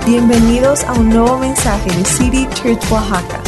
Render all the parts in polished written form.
Bienvenidos a un nuevo mensaje de City Church Oaxaca.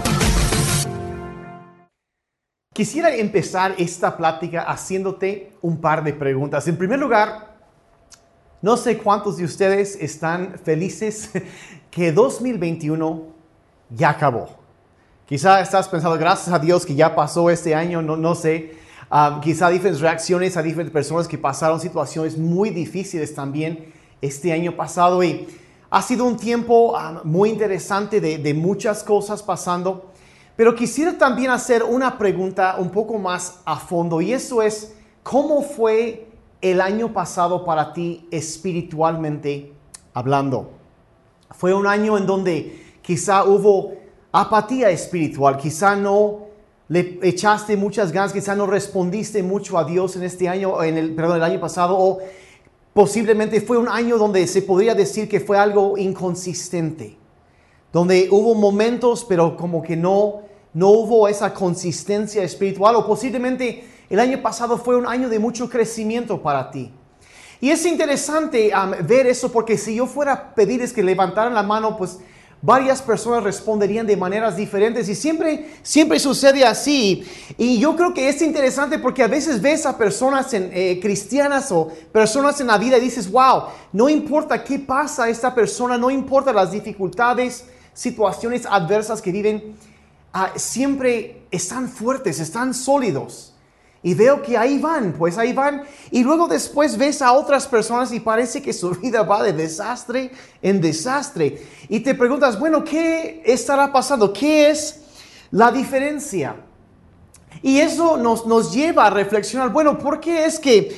Quisiera empezar esta plática haciéndote un par de preguntas. En primer lugar, no sé cuántos de ustedes están felices que 2021 ya acabó. Quizá estás pensando, gracias a Dios que ya pasó este año, no sé. Quizá diferentes reacciones a diferentes personas que pasaron situaciones muy difíciles también este año pasado. Y ha sido un tiempo muy interesante de muchas cosas pasando. Pero quisiera también hacer una pregunta un poco más a fondo. Y eso es, ¿cómo fue el año pasado para ti espiritualmente hablando? Fue un año en donde quizá hubo apatía espiritual, quizá no le echaste muchas ganas, quizá no respondiste mucho a Dios en este año, el año pasado, o posiblemente fue un año donde se podría decir que fue algo inconsistente, donde hubo momentos, pero como que no hubo esa consistencia espiritual, o posiblemente el año pasado fue un año de mucho crecimiento para ti. Y es interesante ver eso, porque si yo fuera a pedirles que levantaran la mano, pues varias personas responderían de maneras diferentes, y siempre sucede así. Y yo creo que es interesante porque a veces ves a personas cristianas o personas en la vida y dices, wow, no importa qué pasa a esta persona, no importa las dificultades, situaciones adversas que viven, siempre están fuertes, están sólidos. Y veo que ahí van. Y luego después ves a otras personas y parece que su vida va de desastre en desastre. Y te preguntas, bueno, ¿qué estará pasando? ¿Qué es la diferencia? Y eso nos lleva a reflexionar, bueno, ¿por qué es que,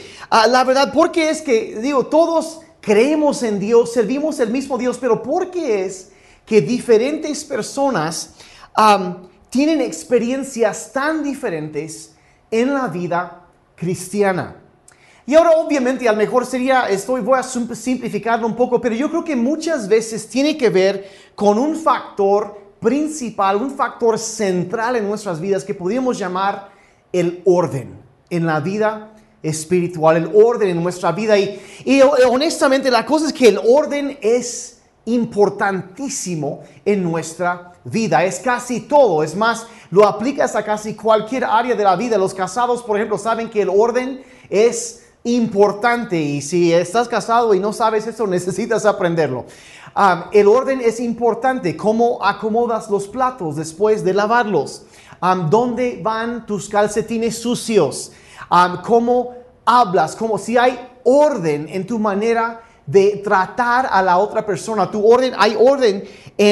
todos creemos en Dios, servimos el mismo Dios, pero ¿por qué es que diferentes personas tienen experiencias tan diferentes en la vida cristiana? Y ahora obviamente a lo mejor voy a simplificarlo un poco, pero yo creo que muchas veces tiene que ver con un factor principal, un factor central en nuestras vidas que podríamos llamar el orden en la vida espiritual, el orden en nuestra vida. Y honestamente la cosa es que el orden es importantísimo en nuestra vida. Es casi todo. Es más, lo aplicas a casi cualquier área de la vida. Los casados, por ejemplo, saben que el orden es importante, y si estás casado y no sabes eso, necesitas aprenderlo. El orden es importante. Cómo acomodas los platos después de lavarlos, dónde van tus calcetines sucios, cómo hablas, si hay orden en tu manera de tratar a la otra persona. Hay orden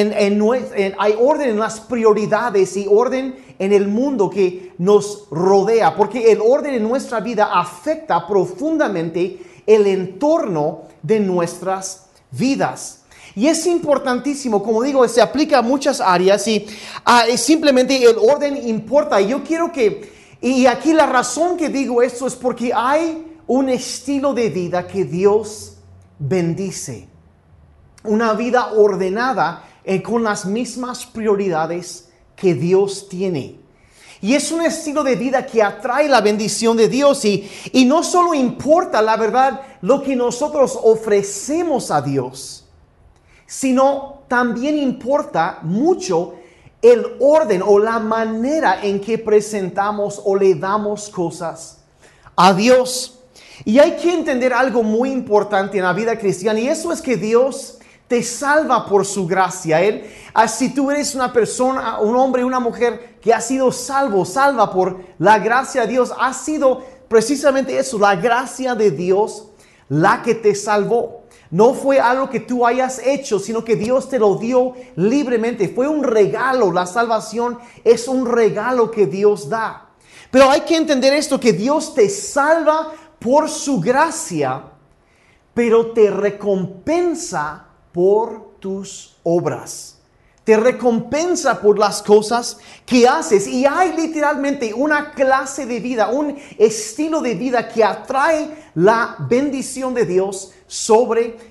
hay orden en las prioridades y orden en el mundo que nos rodea, porque el orden en nuestra vida afecta profundamente el entorno de nuestras vidas. Y es importantísimo, como digo, se aplica a muchas áreas, y simplemente el orden importa. Y yo quiero y aquí la razón que digo esto es porque hay un estilo de vida que Dios bendice, una vida ordenada con las mismas prioridades que Dios tiene. Y es un estilo de vida que atrae la bendición de Dios, y no solo importa, la verdad, lo que nosotros ofrecemos a Dios, sino también importa mucho el orden o la manera en que presentamos o le damos cosas a Dios. Y hay que entender algo muy importante en la vida cristiana, y eso es que Dios te salva por su gracia. Si tú eres una persona, un hombre, una mujer que ha sido salva por la gracia de Dios, ha sido precisamente eso, la gracia de Dios la que te salvó. No fue algo que tú hayas hecho, sino que Dios te lo dio libremente. Fue un regalo. La salvación es un regalo que Dios da. Pero hay que entender esto, que Dios te salva por su gracia, pero te recompensa por tus obras. Te recompensa por las cosas que haces. Y hay literalmente una clase de vida, un estilo de vida que atrae la bendición de Dios sobre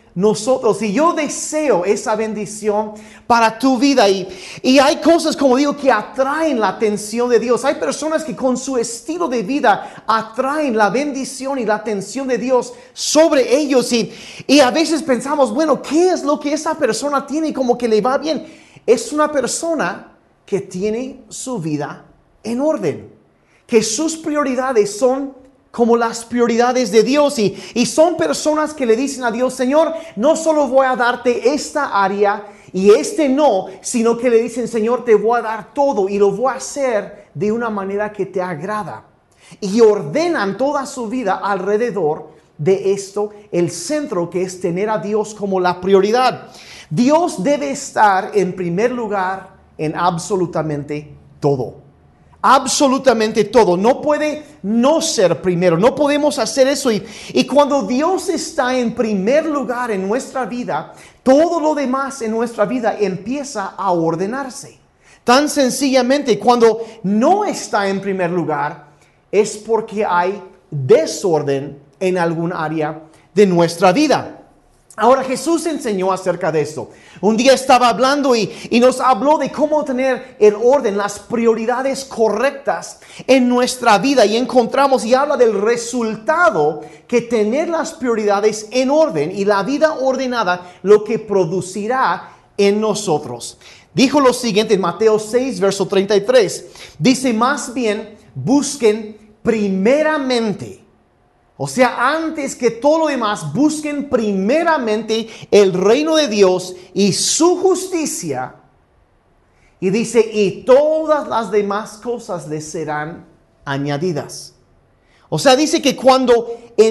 nosotros. Y yo deseo esa bendición para tu vida. Y hay cosas, como digo, que atraen la atención de Dios. Hay personas que con su estilo de vida atraen la bendición y la atención de Dios sobre ellos. Y a veces pensamos, bueno, ¿qué es lo que esa persona tiene como que le va bien? Es una persona que tiene su vida en orden, que sus prioridades son como las prioridades de Dios, y son personas que le dicen a Dios, Señor, no solo voy a darte esta área y no, sino que le dicen, Señor, te voy a dar todo y lo voy a hacer de una manera que te agrada, y ordenan toda su vida alrededor de esto, el centro, que es tener a Dios como la prioridad. Dios debe estar en primer lugar en absolutamente todo. Absolutamente todo. No puede no ser primero. No podemos hacer eso. Y cuando Dios está en primer lugar en nuestra vida, todo lo demás en nuestra vida empieza a ordenarse. Tan sencillamente, cuando no está en primer lugar, es porque hay desorden en algún área de nuestra vida. Ahora, Jesús enseñó acerca de esto. Un día estaba hablando y nos habló de cómo tener el orden, las prioridades correctas en nuestra vida. Y encontramos, y habla del resultado que tener las prioridades en orden y la vida ordenada, lo que producirá en nosotros. Dijo lo siguiente en Mateo 6, verso 33. Dice, más bien busquen primeramente. O sea, antes que todo lo demás, busquen primeramente el reino de Dios y su justicia. Y dice, y todas las demás cosas les serán añadidas. O sea, dice que cuando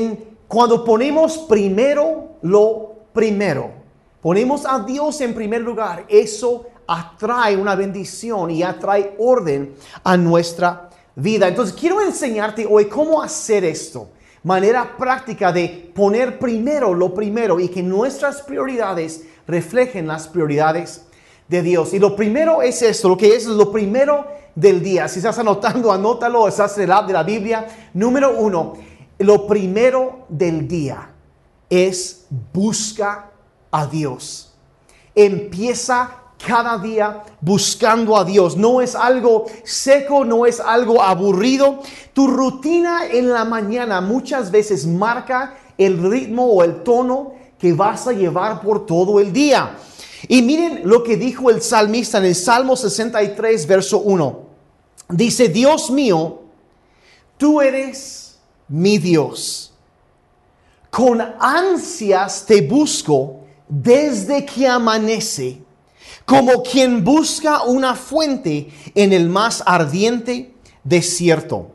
ponemos primero lo primero, ponemos a Dios en primer lugar, eso atrae una bendición y atrae orden a nuestra vida. Entonces, quiero enseñarte hoy cómo hacer esto. Manera práctica de poner primero lo primero y que nuestras prioridades reflejen las prioridades de Dios. Y lo primero es esto, lo que es lo primero del día. Si estás anotando, anótalo, estás en el app de la Biblia. Número 1, lo primero del día es busca a Dios. Empieza cada día buscando a Dios. No es algo seco, no es algo aburrido. Tu rutina en la mañana muchas veces marca el ritmo o el tono que vas a llevar por todo el día. Y miren lo que dijo el salmista en el Salmo 63, verso 1. Dice, Dios mío, tú eres mi Dios. Con ansias te busco desde que amanece, como quien busca una fuente en el más ardiente desierto.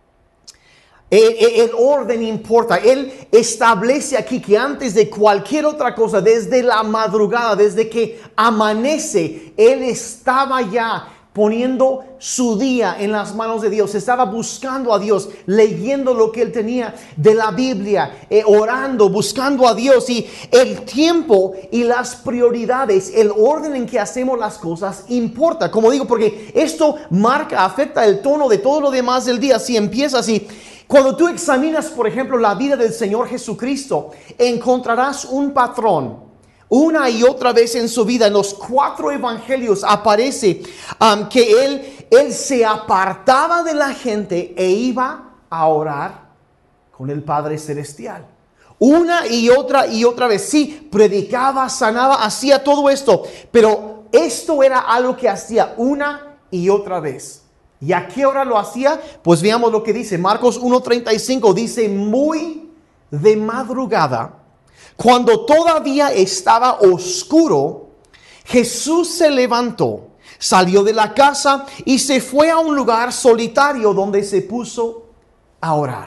El orden importa. Él establece aquí que antes de cualquier otra cosa, desde la madrugada, desde que amanece, Él estaba ya poniendo su día en las manos de Dios. Estaba buscando a Dios, leyendo lo que él tenía de la Biblia, orando, buscando a Dios. Y el tiempo y las prioridades, el orden en que hacemos las cosas importa. Como digo, porque esto marca, afecta el tono de todo lo demás del día. Si empieza así. Cuando tú examinas, por ejemplo, la vida del Señor Jesucristo, encontrarás un patrón. Una y otra vez en su vida, en los 4 evangelios aparece que él se apartaba de la gente e iba a orar con el Padre Celestial. Una y otra vez. Sí, predicaba, sanaba, hacía todo esto. Pero esto era algo que hacía una y otra vez. ¿Y a qué hora lo hacía? Pues veamos lo que dice. Marcos 1:35 dice, muy de madrugada, cuando todavía estaba oscuro, Jesús se levantó, salió de la casa y se fue a un lugar solitario donde se puso a orar.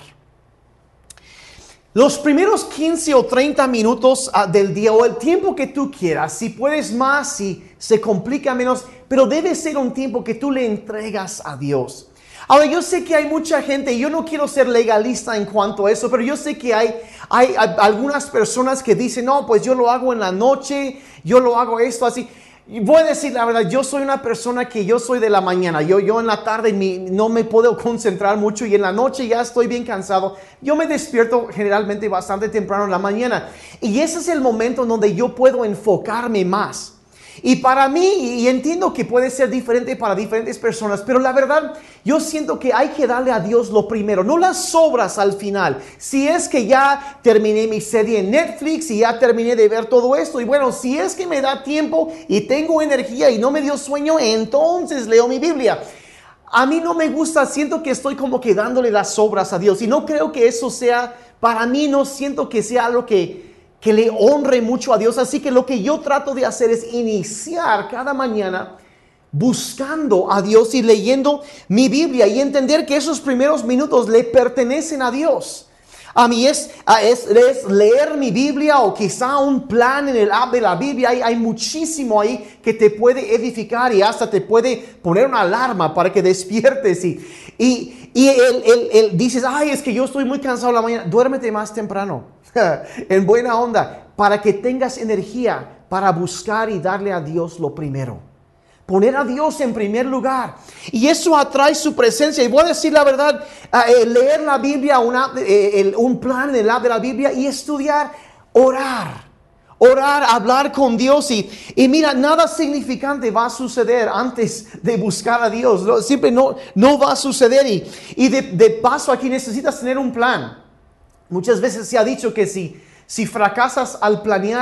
Los primeros 15 o 30 minutos del día, o el tiempo que tú quieras, si puedes más, si se complica menos, pero debe ser un tiempo que tú le entregas a Dios. Ahora, yo sé que hay mucha gente, y yo no quiero ser legalista en cuanto a eso, pero yo sé que hay algunas personas que dicen, no, pues yo lo hago en la noche, yo lo hago esto así. Y voy a decir la verdad, yo soy una persona que yo soy de la mañana. Yo en la tarde no me puedo concentrar mucho y en la noche ya estoy bien cansado. Yo me despierto generalmente bastante temprano en la mañana. Y ese es el momento en donde yo puedo enfocarme más. Y para mí, y entiendo que puede ser diferente para diferentes personas, pero la verdad, yo siento que hay que darle a Dios lo primero, no las obras al final. Si es que ya terminé mi serie en Netflix y ya terminé de ver todo esto, y bueno, si es que me da tiempo y tengo energía y no me dio sueño, entonces leo mi Biblia. A mí no me gusta, siento que estoy como que dándole las obras a Dios y no creo que eso sea, para mí no siento que sea algo que le honre mucho a Dios. Así que lo que yo trato de hacer es iniciar cada mañana buscando a Dios y leyendo mi Biblia y entender que esos primeros minutos le pertenecen a Dios. A mí es leer mi Biblia o quizá un plan en el app de la Biblia. Hay muchísimo ahí que te puede edificar y hasta te puede poner una alarma para que despiertes. Y dices, ay, es que yo estoy muy cansado en la mañana. Duérmete más temprano, en buena onda, para que tengas energía para buscar y darle a Dios lo primero. Poner a Dios en primer lugar. Y eso atrae su presencia. Y voy a decir la verdad, leer la Biblia, un plan en el app de la Biblia y estudiar, orar, hablar con Dios. Y mira, nada significante va a suceder antes de buscar a Dios. Siempre no va a suceder. Y de paso aquí necesitas tener un plan. Muchas veces se ha dicho que si fracasas al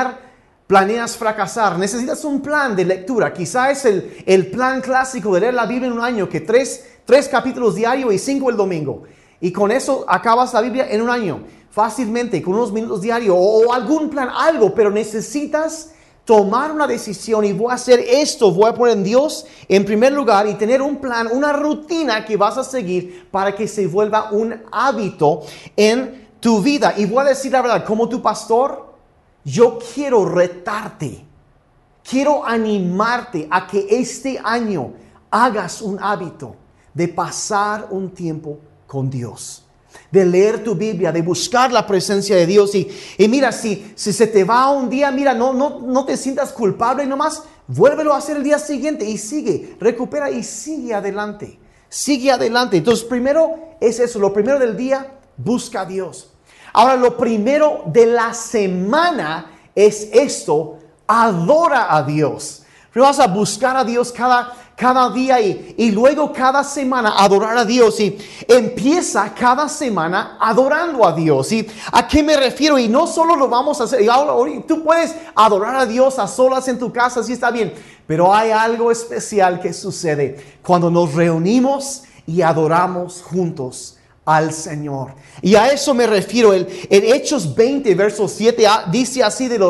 planeas fracasar. Necesitas un plan de lectura. Quizá es el plan clásico de leer la Biblia en un año, que tres capítulos diarios y 5 el domingo. Y con eso acabas la Biblia en un año, fácilmente, con unos minutos diarios o algún plan, algo. Pero necesitas tomar una decisión y voy a hacer esto. Voy a poner a Dios en primer lugar y tener un plan, una rutina que vas a seguir para que se vuelva un hábito en tu vida. Y voy a decir la verdad, como tu pastor, yo quiero retarte, quiero animarte a que este año hagas un hábito de pasar un tiempo con Dios, de leer tu Biblia, de buscar la presencia de Dios. Y mira, si se te va un día, mira, no te sientas culpable nomás, vuélvelo a hacer el día siguiente y sigue, recupera y sigue adelante. Sigue adelante. Entonces, primero es eso, lo primero del día, busca a Dios. Ahora, lo primero de la semana es esto: adora a Dios. Primero vas a buscar a Dios cada día y luego cada semana adorar a Dios. Y empieza cada semana adorando a Dios. ¿Y a qué me refiero? Y no solo lo vamos a hacer. Y ahora, tú puedes adorar a Dios a solas en tu casa, sí está bien. Pero hay algo especial que sucede cuando nos reunimos y adoramos juntos al Señor. Y a eso me refiero. En Hechos 20, verso 7, dice así de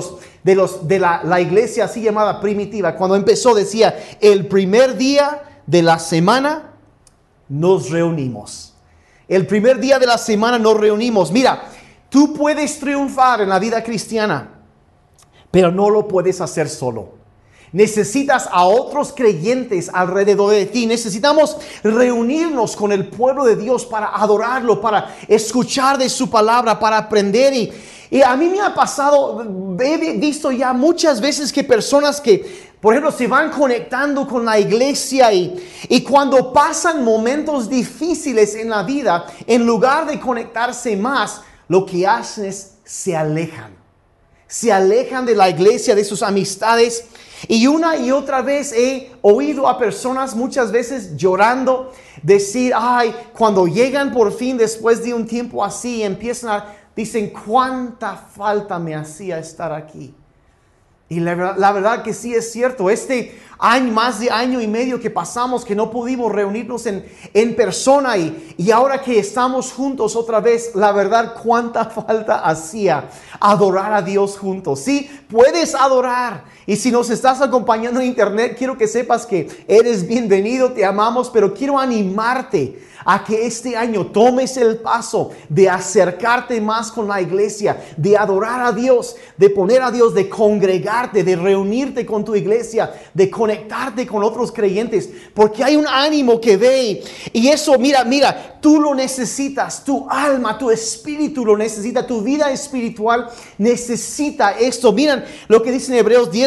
la iglesia así llamada primitiva. Cuando empezó decía, el primer día de la semana nos reunimos. El primer día de la semana nos reunimos. Mira, tú puedes triunfar en la vida cristiana, pero no lo puedes hacer solo. Necesitas a otros creyentes alrededor de ti. Necesitamos reunirnos con el pueblo de Dios para adorarlo, para escuchar de su palabra, para aprender. Y a mí me ha pasado, he visto ya muchas veces que personas que, por ejemplo, se van conectando con la iglesia y cuando pasan momentos difíciles en la vida, en lugar de conectarse más, lo que hacen es se alejan. Se alejan de la iglesia, de sus amistades. Y una y otra vez he oído a personas muchas veces llorando, decir, ay, cuando llegan por fin después de un tiempo así, dicen, cuánta falta me hacía estar aquí. Y la verdad que sí es cierto. Este año, más de año y medio que pasamos, que no pudimos reunirnos en persona y ahora que estamos juntos otra vez, la verdad, cuánta falta hacía adorar a Dios juntos. Sí, puedes adorar. Y si nos estás acompañando en internet, quiero que sepas que eres bienvenido, te amamos, pero quiero animarte a que este año tomes el paso de acercarte más con la iglesia, de adorar a Dios, de poner a Dios, de congregarte, de reunirte con tu iglesia, de conectarte con otros creyentes, porque hay un ánimo que ve y eso, mira, tú lo necesitas, tu alma, tu espíritu lo necesita, tu vida espiritual necesita esto. Miren lo que dice en Hebreos 10,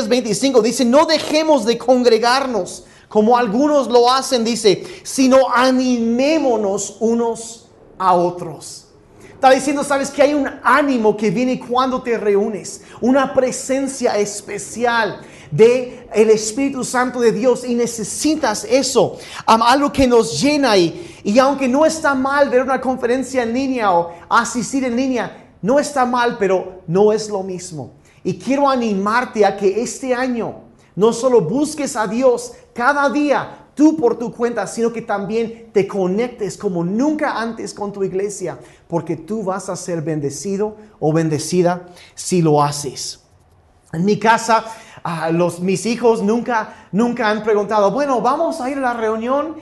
10:25 dice, no dejemos de congregarnos como algunos lo hacen, dice, sino animémonos unos a otros. Está diciendo, sabes que hay un ánimo que viene cuando te reúnes, una presencia especial de el Espíritu Santo de Dios, y necesitas eso, algo que nos llena. Y aunque no está mal ver una conferencia en línea o asistir en línea, no está mal, pero no es lo mismo. Y quiero animarte a que este año no solo busques a Dios cada día, tú por tu cuenta, sino que también te conectes como nunca antes con tu iglesia, porque tú vas a ser bendecido o bendecida si lo haces. En mi casa, mis hijos nunca han preguntado, bueno, ¿vamos a ir a la reunión?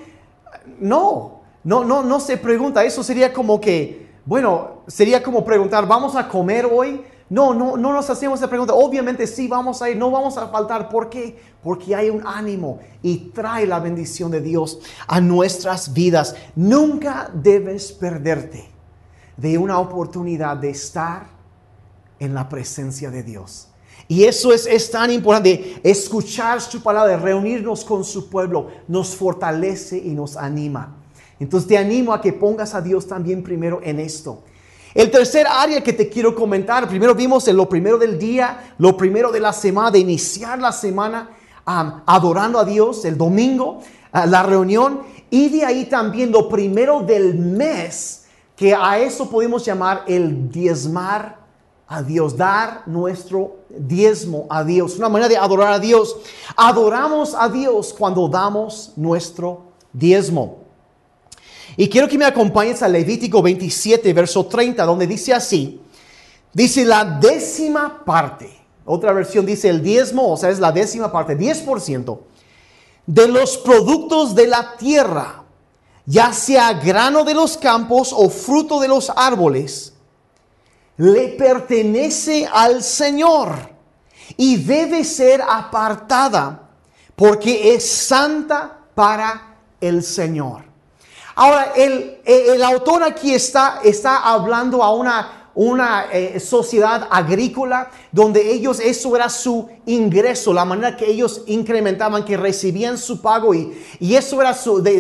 No se pregunta. Eso sería como que, sería como preguntar, ¿vamos a comer hoy? No nos hacemos esa pregunta. Obviamente sí vamos a ir, no vamos a faltar. ¿Por qué? Porque hay un ánimo y trae la bendición de Dios a nuestras vidas. Nunca debes perderte de una oportunidad de estar en la presencia de Dios. Y eso es tan importante. Escuchar su palabra, reunirnos con su pueblo, nos fortalece y nos anima. Entonces te animo a que pongas a Dios también primero en esto. El tercer área que te quiero comentar, primero vimos en lo primero del día, lo primero de la semana, de iniciar la semana adorando a Dios, el domingo, la reunión, y de ahí también lo primero del mes, que a eso podemos llamar el diezmar a Dios, dar nuestro diezmo a Dios, una manera de adorar a Dios. Adoramos a Dios cuando damos nuestro diezmo. Y quiero que me acompañes a Levítico 27, verso 30, donde dice así, dice la 10ª parte, otra versión dice el diezmo, o sea, es la 10ª parte, 10% de los productos de la tierra, ya sea grano de los campos o fruto de los árboles, le pertenece al Señor y debe ser apartada porque es santa para el Señor. Ahora, el autor aquí está hablando a una sociedad agrícola donde eso era su ingreso, la manera que ellos incrementaban, que recibían su pago, y eso era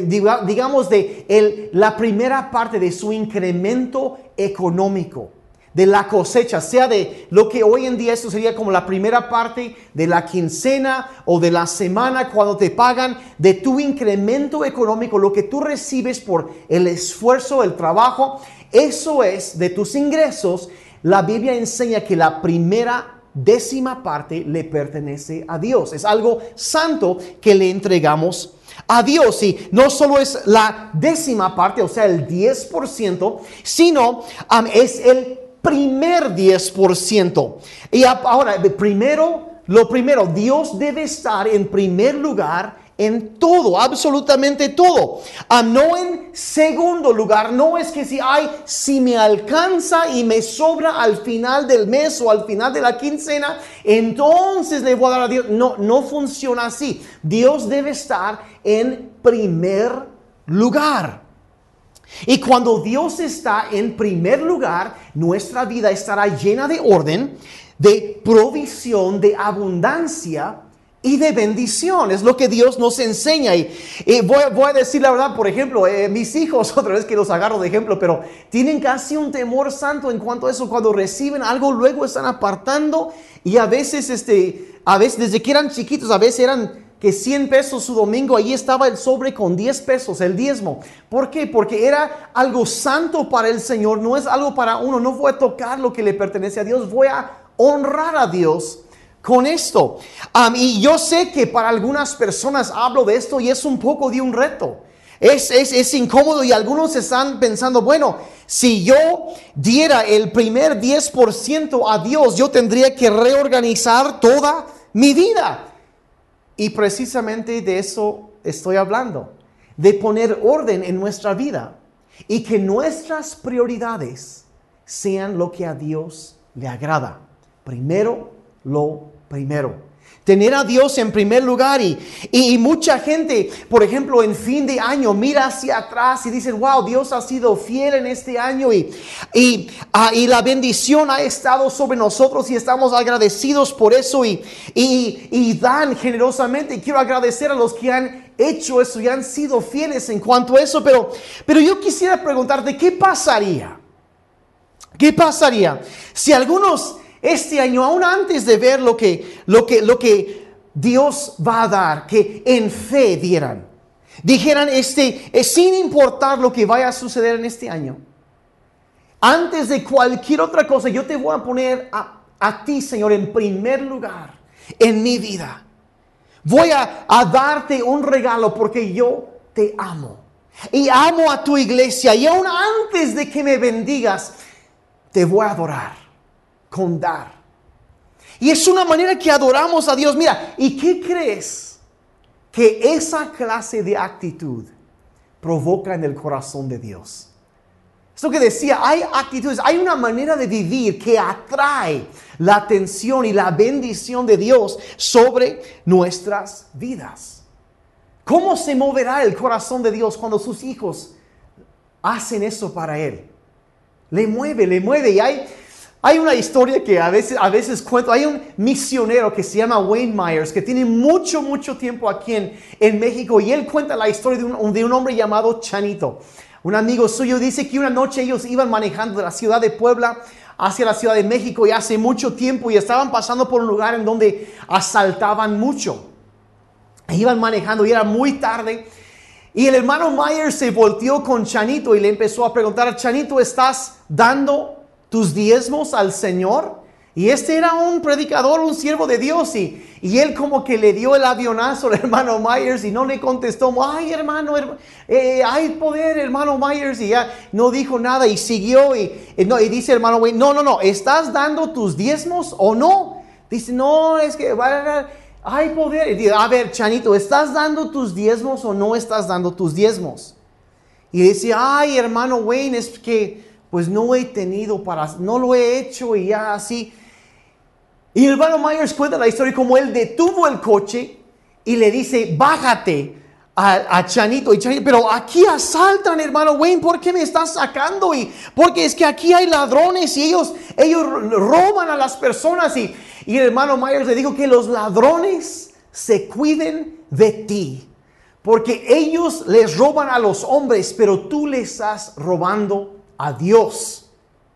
la primera parte de su incremento económico, de la cosecha, sea de lo que hoy en día esto sería como la primera parte de la quincena o de la semana cuando te pagan, de tu incremento económico, lo que tú recibes por el esfuerzo, el trabajo, eso es de tus ingresos. La Biblia enseña que la primera 10ª parte le pertenece a Dios. Es algo santo que le entregamos a Dios. Y no solo es la 10ª parte, o sea, el 10%, sino es el primer 10%. Y ahora, lo primero, Dios debe estar en primer lugar en todo, absolutamente todo. No en segundo lugar. No es que si me alcanza y me sobra al final del mes o al final de la quincena, entonces le voy a dar a Dios. No funciona así. Dios debe estar en primer lugar. Y cuando Dios está en primer lugar, nuestra vida estará llena de orden, de provisión, de abundancia y de bendición. Es lo que Dios nos enseña. Y voy a decir la verdad, por ejemplo, mis hijos, otra vez que los agarro de ejemplo, pero tienen casi un temor santo en cuanto a eso. Cuando reciben algo, luego están apartando, y a veces desde que eran chiquitos, a veces eran que 100 pesos su domingo, ahí estaba el sobre con 10 pesos, el diezmo. ¿Por qué? Porque era algo santo para el Señor, no es algo para uno. No voy a tocar lo que le pertenece a Dios, voy a honrar a Dios con esto. Y yo sé que para algunas personas hablo de esto y es un poco de un reto. Es incómodo, y algunos están pensando, bueno, si yo diera el primer 10% a Dios, yo tendría que reorganizar toda mi vida. Y precisamente de eso estoy hablando, de poner orden en nuestra vida y que nuestras prioridades sean lo que a Dios le agrada. Primero, lo primero. Tener a Dios en primer lugar y mucha gente, por ejemplo, en fin de año, mira hacia atrás y dicen, wow, Dios ha sido fiel en este año y la bendición ha estado sobre nosotros y estamos agradecidos por eso y dan generosamente. Quiero agradecer a los que han hecho eso y han sido fieles en cuanto a eso, pero yo quisiera preguntarte, ¿qué pasaría? ¿Qué pasaría si algunos este año, aún antes de ver lo que Dios va a dar, que en fe dijeran, sin importar lo que vaya a suceder en este año, antes de cualquier otra cosa, yo te voy a poner a ti, Señor, en primer lugar en mi vida. Voy a darte un regalo porque yo te amo. Y amo a tu iglesia. Y aún antes de que me bendigas, te voy a adorar con dar. Y es una manera que adoramos a Dios. Mira, ¿y qué crees que esa clase de actitud provoca en el corazón de Dios? Esto que decía, hay actitudes, hay una manera de vivir que atrae la atención y la bendición de Dios sobre nuestras vidas. ¿Cómo se moverá el corazón de Dios cuando sus hijos hacen eso para Él? Le mueve. Y hay una historia que a veces cuento. Hay un misionero que se llama Wayne Myers, que tiene mucho tiempo aquí en México. Y él cuenta la historia de un hombre llamado Chanito. Un amigo suyo dice que una noche ellos iban manejando de la ciudad de Puebla hacia la Ciudad de México y hace mucho tiempo. Y estaban pasando por un lugar en donde asaltaban mucho. Iban manejando y era muy tarde. Y el hermano Myers se volteó con Chanito y le empezó a preguntar, Chanito, ¿estás dando tus diezmos al Señor? Y este era un predicador, un siervo de Dios. Y él como que le dio el avionazo al hermano Myers y no le contestó. Ay, hermano, hay poder, hermano Myers. Y ya no dijo nada y siguió. Y dice el hermano, no, ¿estás dando tus diezmos o no? Dice, no, es que hay poder. Y dice, a ver, Chanito, ¿estás dando tus diezmos o no estás dando tus diezmos? Y dice, ay, hermano Wayne, es que pues no lo he hecho y ya así. Y el hermano Myers cuenta la historia como él detuvo el coche y le dice, bájate a Chanito. Y Chanito, pero aquí asaltan, hermano Wayne, ¿por qué me estás sacando? Porque es que aquí hay ladrones y ellos roban a las personas. Y el hermano Myers le dijo que los ladrones se cuiden de ti, porque ellos les roban a los hombres, pero tú les estás robando a Dios.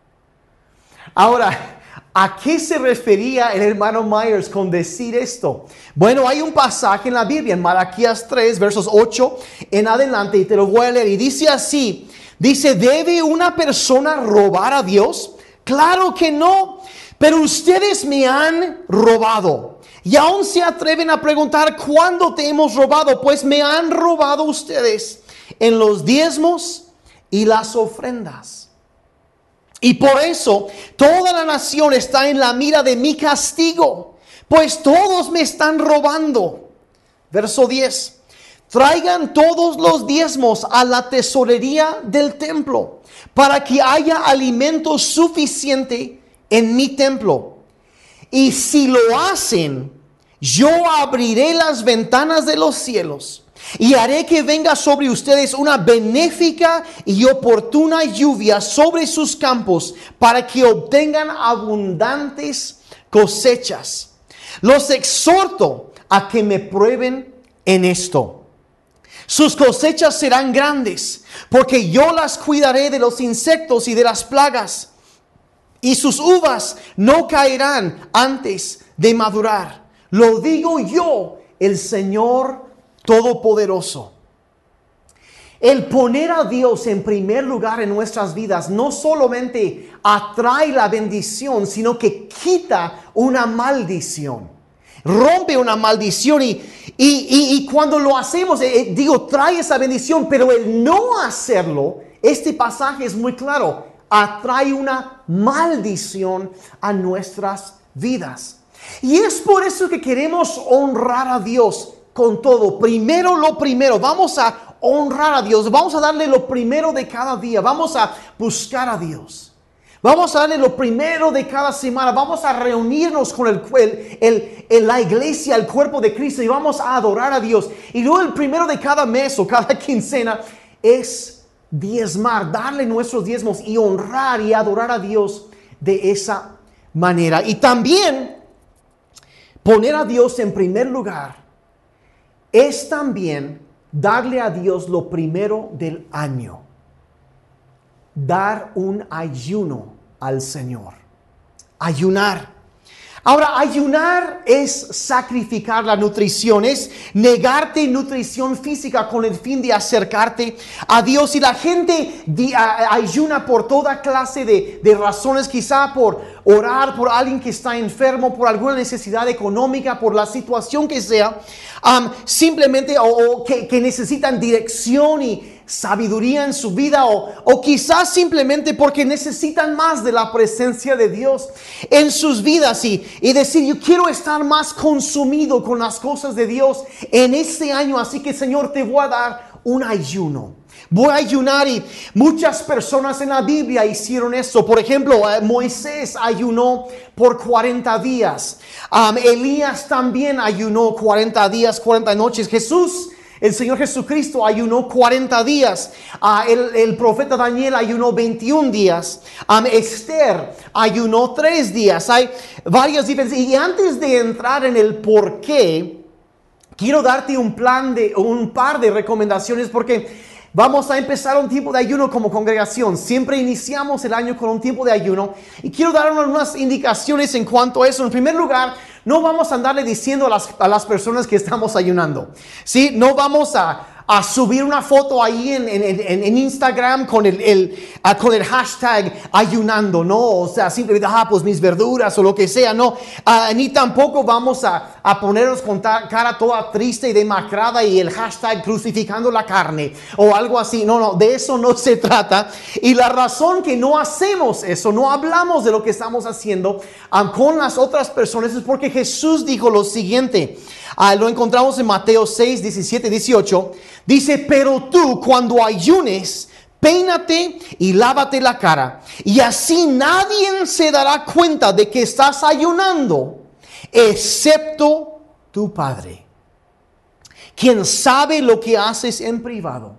Ahora, ¿a qué se refería el hermano Myers con decir esto? Bueno, hay un pasaje en la Biblia, en Malaquías 3, versos 8 en adelante, y te lo voy a leer. Y dice así, ¿debe una persona robar a Dios? Claro que no, pero ustedes me han robado. Y aún se atreven a preguntar, ¿cuándo te hemos robado? Pues me han robado ustedes en los diezmos y las ofrendas. Y por eso toda la nación está en la mira de mi castigo, pues todos me están robando. Verso 10. Traigan todos los diezmos a la tesorería del templo, para que haya alimento suficiente en mi templo. Y si lo hacen, yo abriré las ventanas de los cielos y haré que venga sobre ustedes una benéfica y oportuna lluvia sobre sus campos, para que obtengan abundantes cosechas. Los exhorto a que me prueben en esto. Sus cosechas serán grandes, porque yo las cuidaré de los insectos y de las plagas, y sus uvas no caerán antes de madurar. Lo digo yo, el Señor Todopoderoso. El poner a Dios en primer lugar en nuestras vidas no solamente atrae la bendición, sino que quita una maldición. Rompe una maldición y cuando lo hacemos, trae esa bendición, pero el no hacerlo, este pasaje es muy claro, atrae una maldición a nuestras vidas. Y es por eso que queremos honrar a Dios con todo. Primero lo primero, vamos a honrar a Dios, vamos a darle lo primero de cada día, vamos a buscar a Dios. Vamos a darle lo primero de cada semana. Vamos a reunirnos con la iglesia, el cuerpo de Cristo, y vamos a adorar a Dios. Y luego el primero de cada mes o cada quincena es diezmar, darle nuestros diezmos y honrar y adorar a Dios de esa manera. Y también poner a Dios en primer lugar es también darle a Dios lo primero del año. Dar un ayuno al Señor. Ayunar. Ahora, ayunar es sacrificar la nutrición, es negarte nutrición física con el fin de acercarte a Dios. Y la gente ayuna por toda clase de razones, quizá por orar por alguien que está enfermo, por alguna necesidad económica, por la situación que sea, simplemente o que necesitan dirección y sabiduría en su vida, o quizás simplemente porque necesitan más de la presencia de Dios en sus vidas y decir, yo quiero estar más consumido con las cosas de Dios en este año, así que Señor, te voy a dar un ayuno. Voy a ayunar. Y muchas personas en la Biblia hicieron eso. Por ejemplo, Moisés ayunó por 40 días. Elías también ayunó 40 días, 40 noches. El Señor Jesucristo ayunó 40 días. El profeta Daniel ayunó 21 días. Esther ayunó 3 días. Hay varias diferencias. Y antes de entrar en el por qué, quiero darte un par de recomendaciones, porque vamos a empezar un tiempo de ayuno como congregación. Siempre iniciamos el año con un tiempo de ayuno. Y quiero dar unas indicaciones en cuanto a eso. En primer lugar, no vamos a andarle diciendo a las personas que estamos ayunando. ¿Sí? No vamos a subir una foto ahí en Instagram con el hashtag ayunando, ¿no? O sea, simplemente, pues mis verduras o lo que sea, no. Ni tampoco vamos a ponernos con cara toda triste y demacrada y el hashtag crucificando la carne o algo así. No, de eso no se trata. Y la razón que no hacemos eso, no hablamos de lo que estamos haciendo con las otras personas, es porque Jesús dijo lo siguiente. Lo encontramos en Mateo 6, 17, 18. Dice, pero tú cuando ayunes, peínate y lávate la cara, y así nadie se dará cuenta de que estás ayunando, excepto tu Padre, quien sabe lo que haces en privado.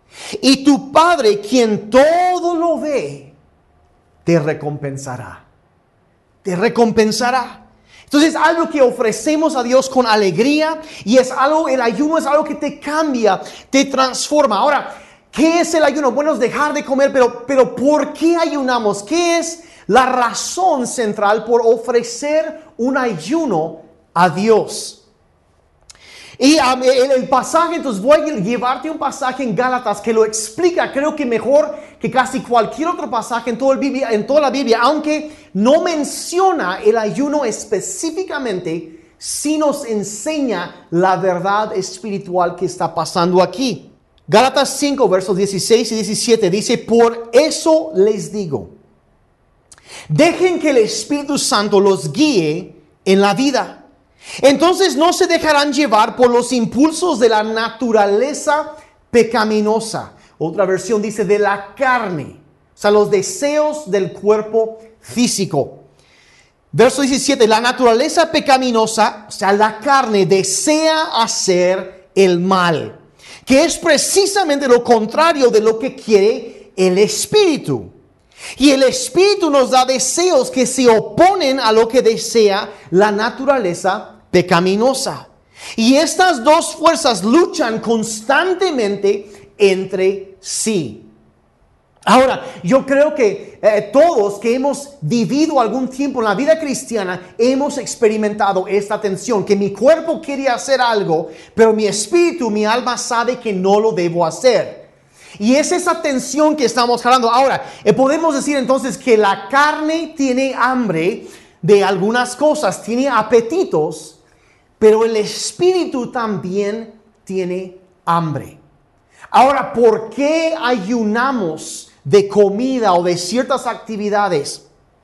Y tu Padre, quien todo lo ve, te recompensará. Te recompensará. Entonces, algo que ofrecemos a Dios con alegría, y el ayuno es algo que te cambia, te transforma. Ahora, ¿qué es el ayuno? Bueno, es dejar de comer, pero ¿por qué ayunamos? ¿Qué es la razón central por ofrecer un ayuno a Dios? Y el pasaje, entonces voy a llevarte un pasaje en Gálatas que lo explica, creo que mejor que casi cualquier otro pasaje en toda la Biblia, aunque no menciona el ayuno específicamente, sí nos enseña la verdad espiritual que está pasando aquí. Gálatas 5, versos 16 y 17 dice, por eso les digo, dejen que el Espíritu Santo los guíe en la vida. Entonces no se dejarán llevar por los impulsos de la naturaleza pecaminosa. Otra versión dice de la carne. O sea, los deseos del cuerpo físico. Verso 17, la naturaleza pecaminosa, o sea, la carne, desea hacer el mal, que es precisamente lo contrario de lo que quiere el Espíritu. Y el Espíritu nos da deseos que se oponen a lo que desea la naturaleza pecaminosa. Y estas dos fuerzas luchan constantemente entre sí. Ahora, yo creo que todos que hemos vivido algún tiempo en la vida cristiana hemos experimentado esta tensión, que mi cuerpo quiere hacer algo, pero mi espíritu, mi alma sabe que no lo debo hacer. Y es esa tensión que estamos hablando. Ahora, podemos decir entonces que la carne tiene hambre de algunas cosas, tiene apetitos, pero el espíritu también tiene hambre. Ahora, ¿por qué ayunamos de comida o de ciertas actividades?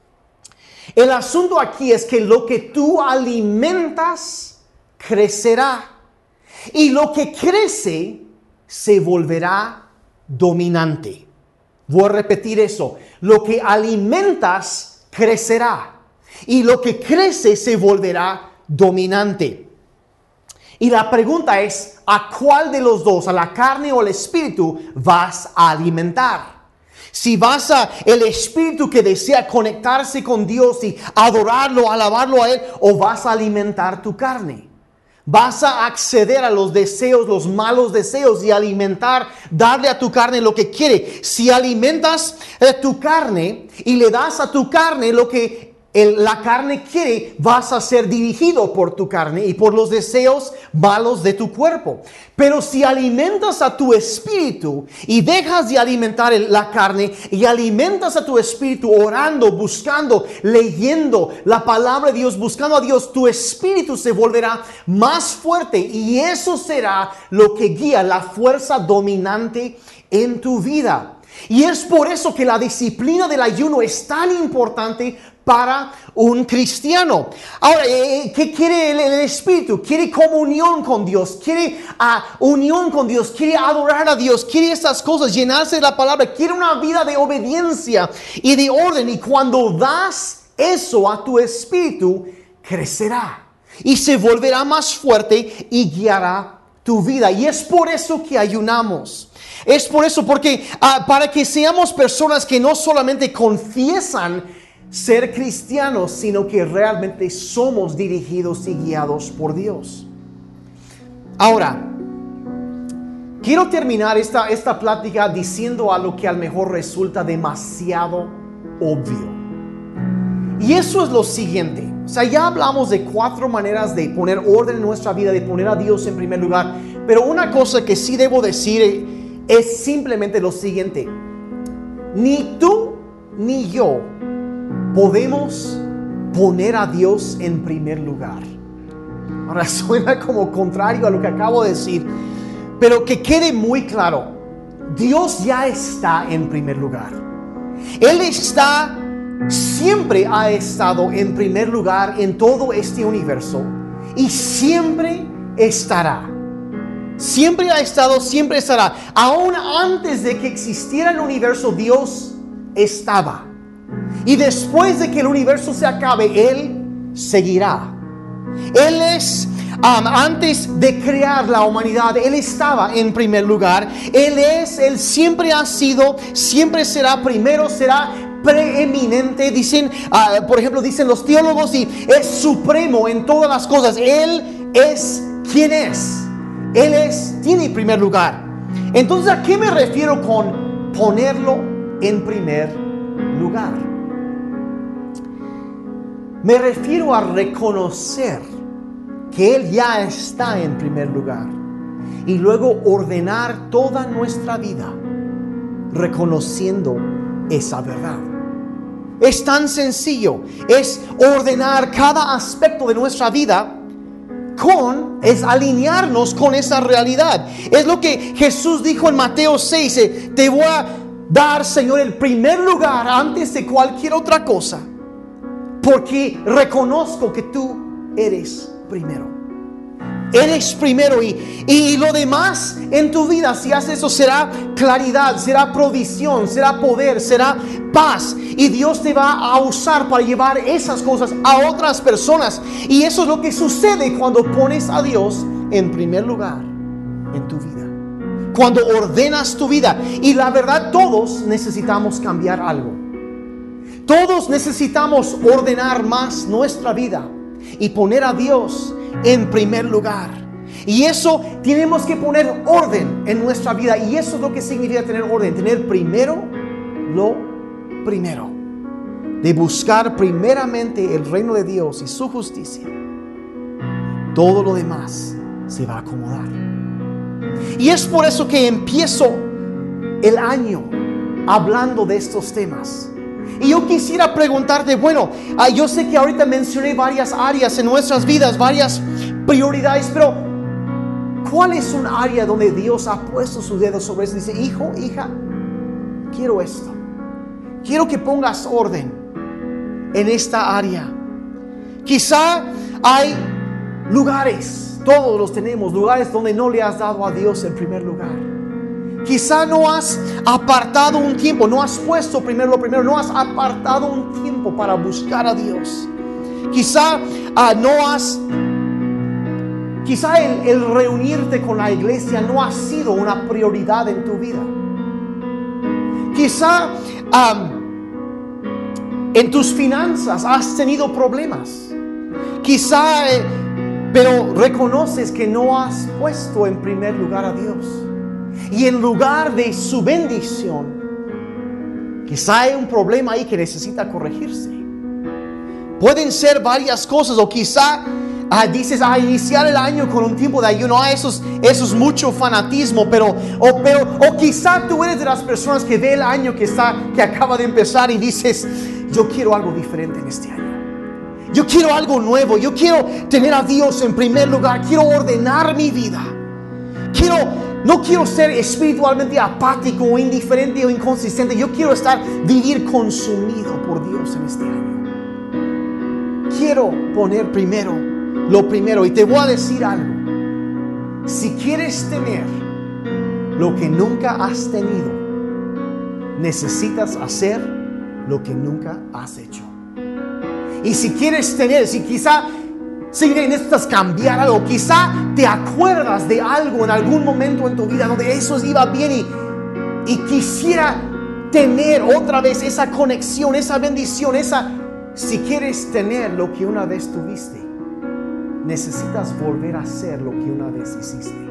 El asunto aquí es que lo que tú alimentas crecerá, y lo que crece se volverá dominante. Voy a repetir eso. Lo que alimentas crecerá. Y lo que crece se volverá dominante. Y la pregunta es, ¿a cuál de los dos, a la carne o al espíritu, vas a alimentar? Si vas a el espíritu que desea conectarse con Dios y adorarlo, alabarlo a Él, o vas a alimentar tu carne. Vas a acceder a los deseos, los malos deseos y alimentar, darle a tu carne lo que quiere. Si alimentas tu carne y le das a tu carne lo que la carne quiere, vas a ser dirigido por tu carne y por los deseos malos de tu cuerpo. Pero si alimentas a tu espíritu y dejas de alimentar la carne y alimentas a tu espíritu orando, buscando, leyendo la palabra de Dios, buscando a Dios, tu espíritu se volverá más fuerte y eso será lo que guía la fuerza dominante en tu vida. Y es por eso que la disciplina del ayuno es tan importante para un cristiano. Ahora, ¿qué quiere el espíritu? Quiere comunión con Dios, quiere unión con Dios, quiere adorar a Dios, quiere estas cosas, llenarse de la palabra, quiere una vida de obediencia y de orden. Y cuando das eso a tu espíritu, crecerá y se volverá más fuerte y guiará tu vida. Y es por eso que ayunamos. Es por eso, porque para que seamos personas que no solamente confiesan ser cristianos, sino que realmente somos dirigidos y guiados por Dios. Ahora, quiero terminar esta plática diciendo algo que a lo mejor resulta demasiado obvio. Y eso es lo siguiente. O sea, ya hablamos de 4 maneras de poner orden en nuestra vida, de poner a Dios en primer lugar. Pero una cosa que sí debo decir es simplemente lo siguiente. Ni tú ni yo podemos poner a Dios en primer lugar. Ahora suena como contrario a lo que acabo de decir, pero que quede muy claro. Dios ya está en primer lugar. Él siempre ha estado en primer lugar en todo este universo y siempre estará. Siempre ha estado, siempre estará. Aún antes de que existiera el universo, Dios estaba. Y después de que el universo se acabe, Él seguirá. Él es, antes de crear la humanidad, Él estaba en primer lugar. Él siempre ha sido, siempre será primero, será preeminente. Dicen, por ejemplo, dicen los teólogos, y es supremo en todas las cosas. Él es quien es. Tiene primer lugar. Entonces, ¿a qué me refiero con ponerlo en primer lugar? Me refiero a reconocer que Él ya está en primer lugar y luego ordenar toda nuestra vida reconociendo esa verdad. Es tan sencillo, es ordenar cada aspecto de nuestra vida es alinearnos con esa realidad. Es lo que Jesús dijo en Mateo 6, te voy a dar, Señor, el primer lugar antes de cualquier otra cosa, porque reconozco que tú eres primero. Eres primero y lo demás en tu vida, si haces eso, será claridad, será provisión, será poder, será paz. Y Dios te va a usar para llevar esas cosas a otras personas. Y eso es lo que sucede cuando pones a Dios en primer lugar en tu vida. Cuando ordenas tu vida. Y la verdad, todos necesitamos cambiar algo. Todos necesitamos ordenar más nuestra vida y poner a Dios en primer lugar. Y eso tenemos que poner orden en nuestra vida. Y eso es lo que significa tener orden. Tener primero lo primero. De buscar primeramente el reino de Dios y su justicia. Todo lo demás se va a acomodar. Y es por eso que empiezo el año hablando de estos temas. Y yo quisiera preguntarte, bueno, yo sé que ahorita mencioné varias áreas en nuestras vidas, varias prioridades, pero ¿cuál es un área donde Dios ha puesto su dedo sobre eso? Dice, hijo, hija, quiero esto. Quiero que pongas orden en esta área. Quizá hay lugares, todos los tenemos, lugares donde no le has dado a Dios el primer lugar. Quizá no has apartado un tiempo, no has puesto primero lo primero, no has apartado un tiempo para buscar a Dios. Quizá Quizá el reunirte con la iglesia no ha sido una prioridad en tu vida. Quizá en tus finanzas has tenido problemas. Quizá, pero reconoces que no has puesto en primer lugar a Dios. Y en lugar de su bendición, quizá hay un problema ahí que necesita corregirse. Pueden ser varias cosas, o quizá dices, iniciar el año con un tiempo de ayuno, eso es mucho fanatismo, o quizá tú eres de las personas que ve el año que acaba de empezar y dices, yo quiero algo diferente en este año. Yo quiero algo nuevo, yo quiero tener a Dios en primer lugar, quiero ordenar mi vida. No quiero ser espiritualmente apático o indiferente o inconsistente. Yo quiero vivir consumido por Dios en este año. Quiero poner primero lo primero. Y te voy a decir algo. Si quieres tener lo que nunca has tenido, necesitas hacer lo que nunca has hecho. Y si quieres tener, si necesitas cambiar algo, quizá te acuerdas de algo en algún momento en tu vida donde eso iba bien y quisiera tener otra vez esa conexión, esa bendición, si quieres tener lo que una vez tuviste, necesitas volver a hacer lo que una vez hiciste.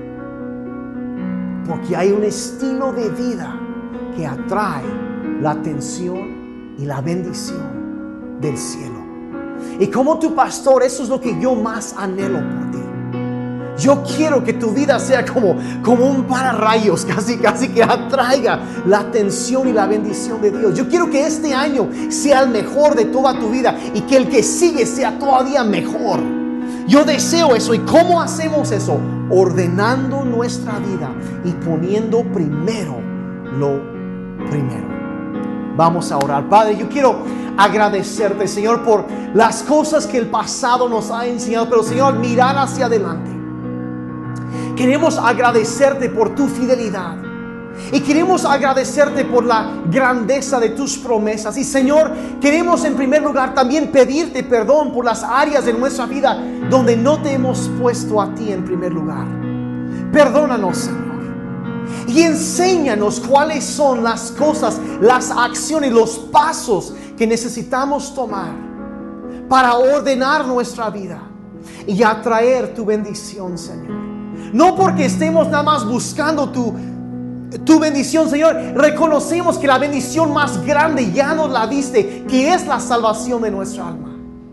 Porque hay un estilo de vida que atrae la atención y la bendición del cielo. Y como tu pastor, eso es lo que yo más anhelo por ti. Yo quiero que tu vida sea como un pararrayos, casi que atraiga la atención y la bendición de Dios. Yo quiero que este año sea el mejor de toda tu vida y que el que sigue sea todavía mejor. Yo deseo eso. ¿Y cómo hacemos eso? Ordenando nuestra vida y poniendo primero lo primero. Vamos a orar. Padre, yo quiero agradecerte, Señor, por las cosas que el pasado nos ha enseñado, pero, Señor, mirar hacia adelante. Queremos agradecerte por tu fidelidad y queremos agradecerte por la grandeza de tus promesas. Y, Señor, queremos en primer lugar también pedirte perdón por las áreas de nuestra vida donde no te hemos puesto a ti en primer lugar. Perdónanos, Señor. Y enséñanos cuáles son las cosas, las acciones, los pasos que necesitamos tomar para ordenar nuestra vida y atraer tu bendición, Señor. No porque estemos nada más buscando tu bendición, Señor. Reconocemos que la bendición más grande ya nos la diste, que es la salvación de nuestra alma.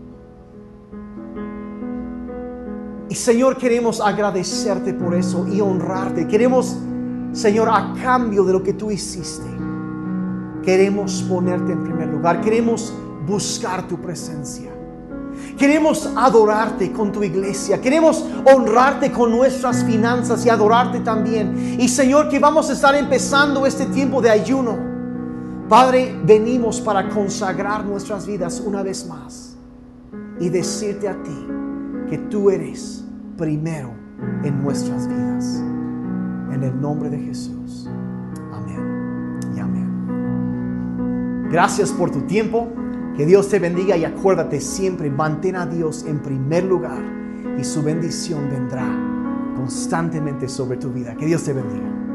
Y, Señor, queremos agradecerte por eso y honrarte. Queremos, Señor, a cambio de lo que tú hiciste, queremos ponerte en primer lugar. Queremos buscar tu presencia. Queremos adorarte con tu iglesia. Queremos honrarte con nuestras finanzas y adorarte también. Y, Señor, que vamos a estar empezando este tiempo de ayuno. Padre, venimos para consagrar nuestras vidas una vez más y decirte a ti que tú eres primero en nuestras vidas. En el nombre de Jesús. Amén y amén. Gracias por tu tiempo. Que Dios te bendiga y acuérdate siempre, mantén a Dios en primer lugar y su bendición vendrá constantemente sobre tu vida. Que Dios te bendiga.